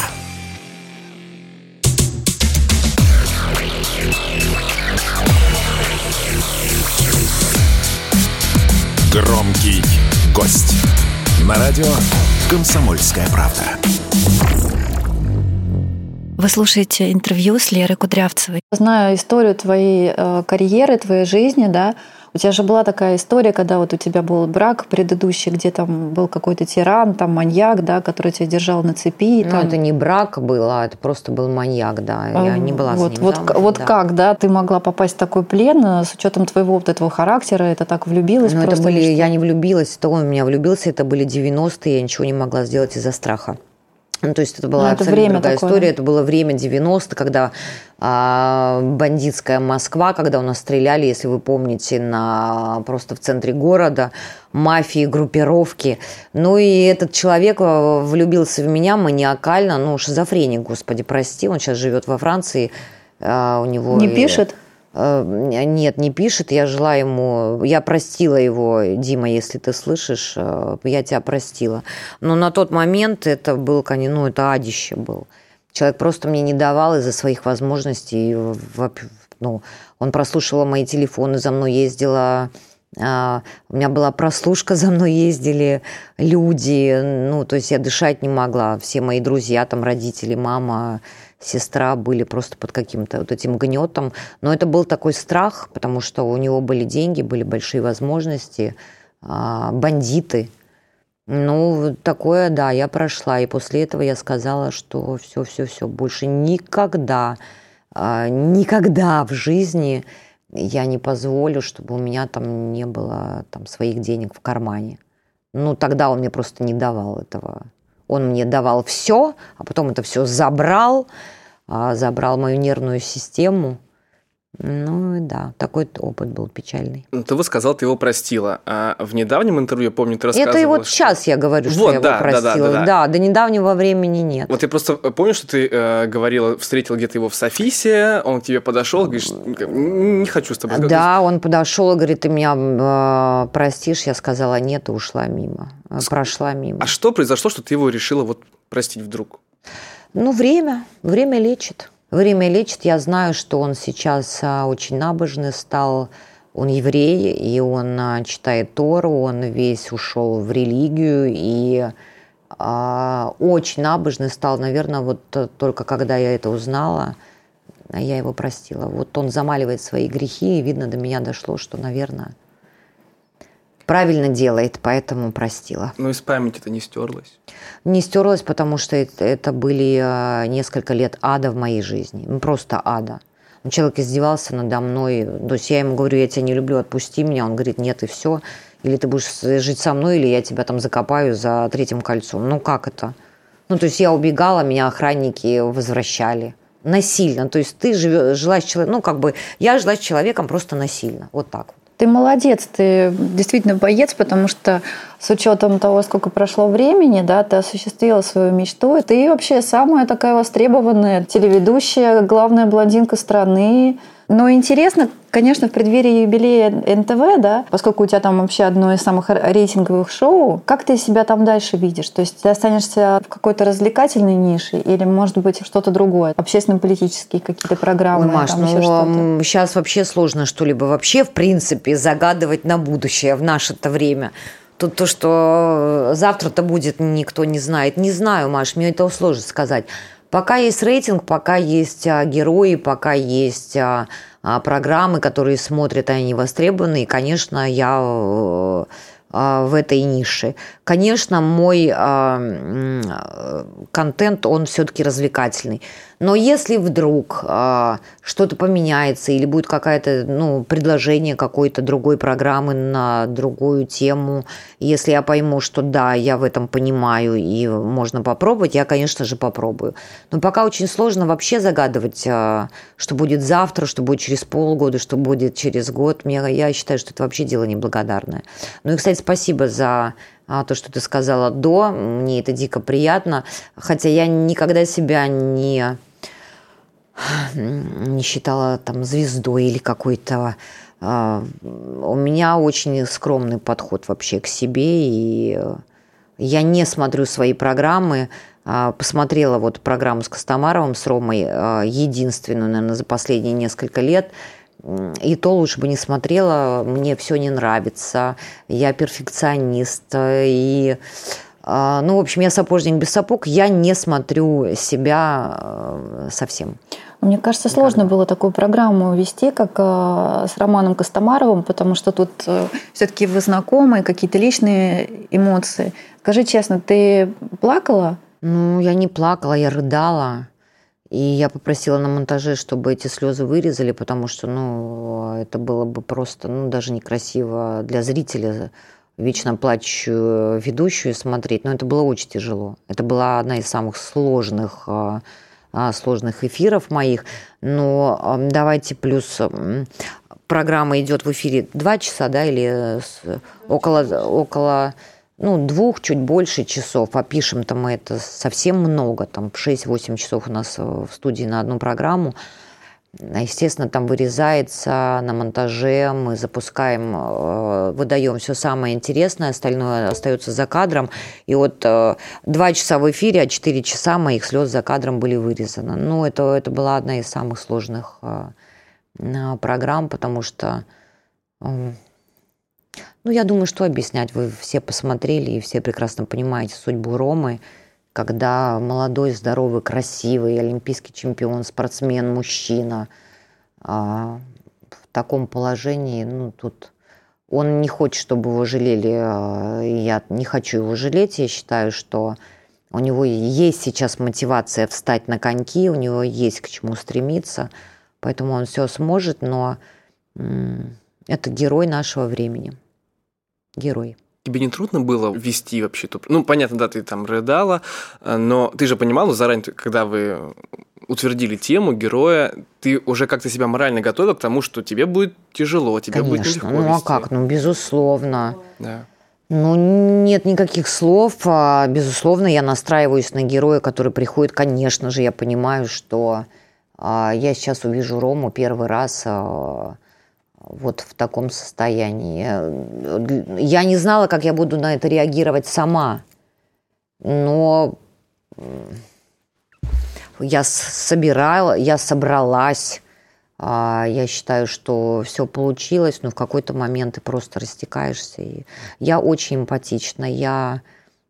Speaker 1: Громкий гость. На радио «Комсомольская правда».
Speaker 2: Вы слушаете интервью с Лерой Кудрявцевой.
Speaker 7: Знаю историю твоей карьеры, твоей жизни, да. У тебя же была такая история, когда вот у тебя был брак предыдущий, где там был какой-то тиран, там маньяк, да, который тебя держал на цепи.
Speaker 3: Ну, это не брак был, а это просто был маньяк, да. Я не была с ним замужем.
Speaker 7: Вот да. Как, да, ты могла попасть в такой плен с учетом твоего вот этого характера, это так влюбилась?
Speaker 3: Ну, это были, я не влюбилась, то он в меня влюбился, это были 90-е, я ничего не могла сделать из-за страха. Ну, то есть это была абсолютно другая история. Это было время 90-х, когда бандитская Москва, когда у нас стреляли, если вы помните, просто в центре города, мафии, группировки. Ну и этот человек влюбился в меня маниакально, шизофреник, господи, прости, он сейчас живет во Франции. У него
Speaker 7: не пишет?
Speaker 3: Нет, не пишет. Я желаю ему... Я простила его, Дима, если ты слышишь, я тебя простила. Но на тот момент это был, это адище был. Человек просто мне не давал из-за своих возможностей. Он прослушивал мои телефоны, за мной ездила... У меня была прослушка, за мной ездили люди. То есть я дышать не могла. Все мои друзья, там родители, мама... Сестра были просто под каким-то вот этим гнетом. Но это был такой страх, потому что у него были деньги, были большие возможности, бандиты. Такое, да, я прошла. И после этого я сказала, что все, больше никогда в жизни я не позволю, чтобы у меня там не было своих денег в кармане. Тогда он мне просто не давал этого. Он мне давал все, а потом это все забрал мою нервную систему. Да, такой опыт был печальный.
Speaker 4: Ты сказал, ты его простила. А в недавнем интервью, я помню, ты рассказывала...
Speaker 3: Это и вот сейчас я говорю, что я его простила. Да, до недавнего времени нет.
Speaker 4: Вот я просто помню, что ты говорила, встретила где-то его в Софисе, он к тебе подошел, говоришь, не хочу с тобой разговаривать.
Speaker 3: Да, он подошел и говорит, ты меня простишь? Я сказала нет и ушла мимо, прошла мимо.
Speaker 4: А что произошло, что ты его решила простить вдруг?
Speaker 3: Время лечит. Время лечит. Я знаю, что он сейчас очень набожный стал. Он еврей, и он читает Тору, он весь ушел в религию, и очень набожный стал. Наверное, только когда я это узнала, я его простила. Он замаливает свои грехи, и видно, до меня дошло, что, наверное, правильно делает, поэтому простила.
Speaker 4: Из памяти-то не стерлась?
Speaker 3: Не стерлась, потому что это были несколько лет ада в моей жизни. Просто ада. Человек издевался надо мной. То есть я ему говорю, я тебя не люблю, отпусти меня. Он говорит, нет, и все. Или ты будешь жить со мной, или я тебя там закопаю за третьим кольцом. Как это? То есть я убегала, меня охранники возвращали. Насильно. То есть ты жила с человеком, я жила с человеком просто насильно. Вот так вот.
Speaker 7: Ты молодец, ты действительно боец, потому что с учетом того, сколько прошло времени, да, ты осуществила свою мечту. Ты вообще самая такая востребованная телеведущая, главная блондинка страны. Но интересно, конечно, в преддверии юбилея НТВ, да, поскольку у тебя там вообще одно из самых рейтинговых шоу, как ты себя там дальше видишь? То есть ты останешься в какой-то развлекательной нише или, может быть, что-то другое? Общественно-политические какие-то программы?
Speaker 3: Ой, Маш,
Speaker 7: там еще что-то?
Speaker 3: Сейчас вообще сложно что-либо вообще, в принципе, загадывать на будущее в наше-то время. Тут то, что завтра-то будет, никто не знает. Не знаю, Маш, мне это сложно сказать. Пока есть рейтинг, пока есть герои, пока есть программы, которые смотрят, и они востребованы, и, конечно, я в этой нише. Конечно, мой контент, он все-таки развлекательный. Но если вдруг что-то поменяется или будет какое-то предложение какой-то другой программы на другую тему, если я пойму, что да, я в этом понимаю и можно попробовать, я, конечно же, попробую. Но пока очень сложно вообще загадывать, что будет завтра, что будет через полгода, что будет через год. Я считаю, что это вообще дело неблагодарное. Ну и, кстати, спасибо за то, что ты сказала до. Мне это дико приятно. Хотя я никогда себя не считала там звездой или какой-то... У меня очень скромный подход вообще к себе, и я не смотрю свои программы. Посмотрела вот программу с Костомаровым, с Ромой, единственную, наверное, за последние несколько лет. И то лучше бы не смотрела, мне все не нравится, я перфекционист, и, в общем, я сапожник без сапог, я не смотрю себя совсем.
Speaker 7: Мне кажется, сложно было такую программу вести, как с Романом Костомаровым, потому что тут все-таки вы знакомы, какие-то личные эмоции. Скажи честно, ты плакала?
Speaker 3: Я не плакала, я рыдала. И я попросила на монтаже, чтобы эти слезы вырезали, потому что, это было бы просто, даже некрасиво для зрителя вечно плачущую ведущую смотреть. Но это было очень тяжело. Это была одна из самых сложных эфиров моих. Но давайте плюс программа идет в эфире 2 часа, да, или около 2, чуть больше часов, а пишем-то мы это совсем много, там 6-8 часов у нас в студии на одну программу. Естественно, там вырезается на монтаже, мы запускаем, выдаем все самое интересное, остальное остается за кадром. И вот 2 часа в эфире, а 4 часа моих слез за кадром были вырезаны. Это была одна из самых сложных программ, потому что... я думаю, что объяснять. Вы все посмотрели и все прекрасно понимаете судьбу Ромы, когда молодой, здоровый, красивый, олимпийский чемпион, спортсмен, мужчина в таком положении, тут он не хочет, чтобы его жалели, и я не хочу его жалеть. Я считаю, что у него есть сейчас мотивация встать на коньки, у него есть к чему стремиться, поэтому он все сможет, но это герой нашего времени. Герой.
Speaker 4: Тебе не трудно было вести вообще эту... понятно, да, ты там рыдала, но ты же понимала заранее, когда вы утвердили тему героя, ты уже как-то себя морально готовила к тому, что тебе будет тяжело, тебе будет нелегко вести.
Speaker 3: А как? Безусловно.
Speaker 4: Да.
Speaker 3: Нет никаких слов. Безусловно, я настраиваюсь на героя, который приходит. Конечно же, я понимаю, что я сейчас увижу Рому первый раз... вот в таком состоянии. Я не знала, как я буду на это реагировать сама. Но я собралась. Я считаю, что все получилось, но в какой-то момент ты просто растекаешься. Я очень эмпатична. Я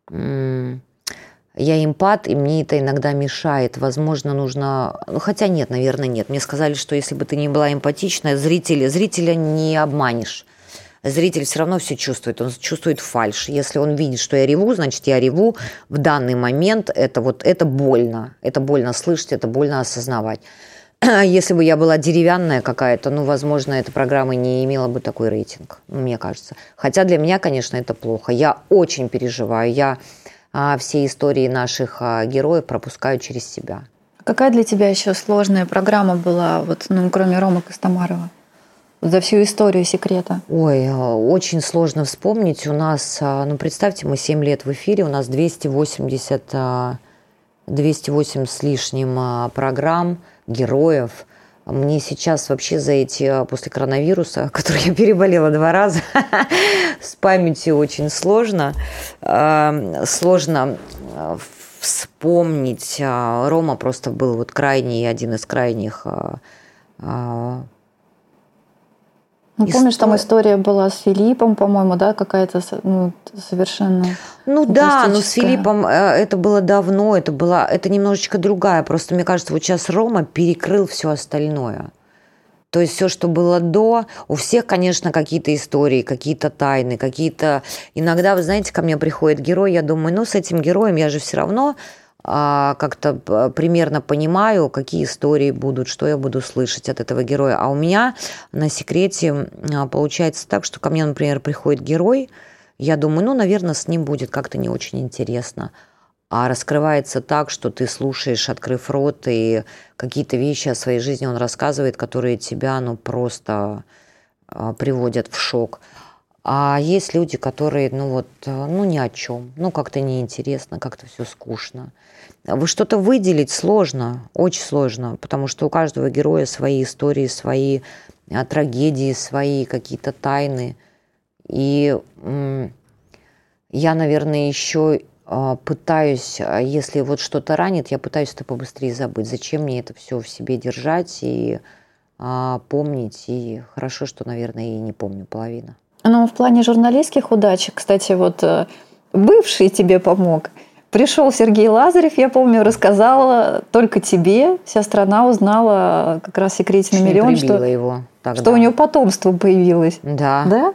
Speaker 3: эмпат, и мне это иногда мешает. Возможно, нужно... хотя нет, наверное, нет. Мне сказали, что если бы ты не была эмпатичная, зрителя не обманешь. Зритель все равно все чувствует. Он чувствует фальшь. Если он видит, что я реву, значит, я реву в данный момент. Это больно. Это больно слышать, это больно осознавать. Если бы я была деревянная какая-то, возможно, эта программа не имела бы такой рейтинг, мне кажется. Хотя для меня, конечно, это плохо. Я очень переживаю. Я все истории наших героев пропускаю через себя.
Speaker 7: Какая для тебя еще сложная программа была, кроме Ромы Костомарова, за всю историю «Секрета»?
Speaker 3: Ой, очень сложно вспомнить. У нас, представьте, мы 7 лет в эфире, у нас 280 с лишним программ, героев. Мне сейчас вообще за эти, после коронавируса, который я переболела 2 раза, с памятью очень сложно. Сложно вспомнить. Рома просто был вот крайний, один из крайних.
Speaker 7: Помнишь, там история была с Филиппом, по-моему, да, какая-то совершенно...
Speaker 3: Да, но с Филиппом это было давно, это немножечко другая. Просто мне кажется, вот сейчас Рома перекрыл все остальное. То есть все, что было до, у всех, конечно, какие-то истории, какие-то тайны, какие-то... Иногда, вы знаете, ко мне приходит герой, я думаю, с этим героем я же все равно как-то примерно понимаю, какие истории будут, что я буду слышать от этого героя. А у меня на секрете получается так, что ко мне, например, приходит герой, я думаю, наверное, с ним будет как-то не очень интересно. А раскрывается так, что ты слушаешь, открыв рот, и какие-то вещи о своей жизни он рассказывает, которые тебя, просто приводят в шок. А есть люди, которые, ни о чем, как-то неинтересно, как-то все скучно. Вы что-то выделить сложно, очень сложно, потому что у каждого героя свои истории, свои трагедии, свои какие-то тайны. И я, наверное, еще пытаюсь, если вот что-то ранит, я пытаюсь это побыстрее забыть. Зачем мне это все в себе держать и помнить? И хорошо, что, наверное, и не помню половину.
Speaker 7: В плане журналистских удач, кстати, вот бывший тебе помог. Пришел Сергей Лазарев, я помню, рассказала только тебе. Вся страна узнала как раз в «Секрете на миллион», что у него потомство появилось.
Speaker 3: Да.
Speaker 7: Да?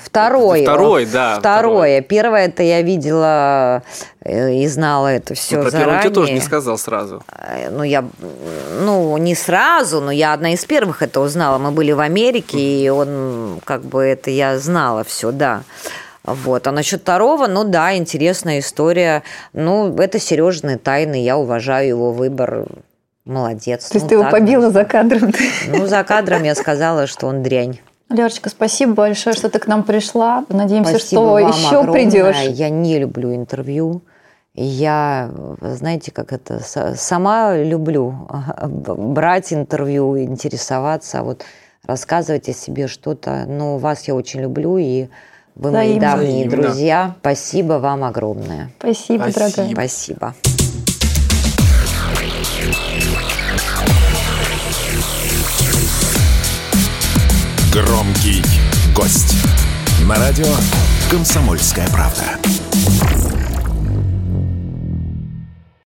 Speaker 3: Второе. Первое это я видела и знала это все
Speaker 4: про
Speaker 3: заранее.
Speaker 4: Про первое тоже не сказал сразу.
Speaker 3: Не сразу, но я одна из первых это узнала. Мы были в Америке, и он это я знала все, да. Вот. А насчет второго, интересная история. Это Сережины тайны, я уважаю его выбор. Молодец.
Speaker 7: То есть ты его побила за кадром?
Speaker 3: За кадром я сказала, что он дрянь.
Speaker 7: Лерочка, спасибо большое, что ты к нам пришла. Надеемся,
Speaker 3: спасибо
Speaker 7: что еще
Speaker 3: огромное.
Speaker 7: Придешь.
Speaker 3: Я не люблю интервью. Я, знаете, сама люблю брать интервью, интересоваться, рассказывать о себе что-то. Но вас я очень люблю, и вы мои давние друзья. Спасибо вам огромное.
Speaker 7: Спасибо, дорогая.
Speaker 3: Спасибо.
Speaker 1: Громкий гость. На радио «Комсомольская правда».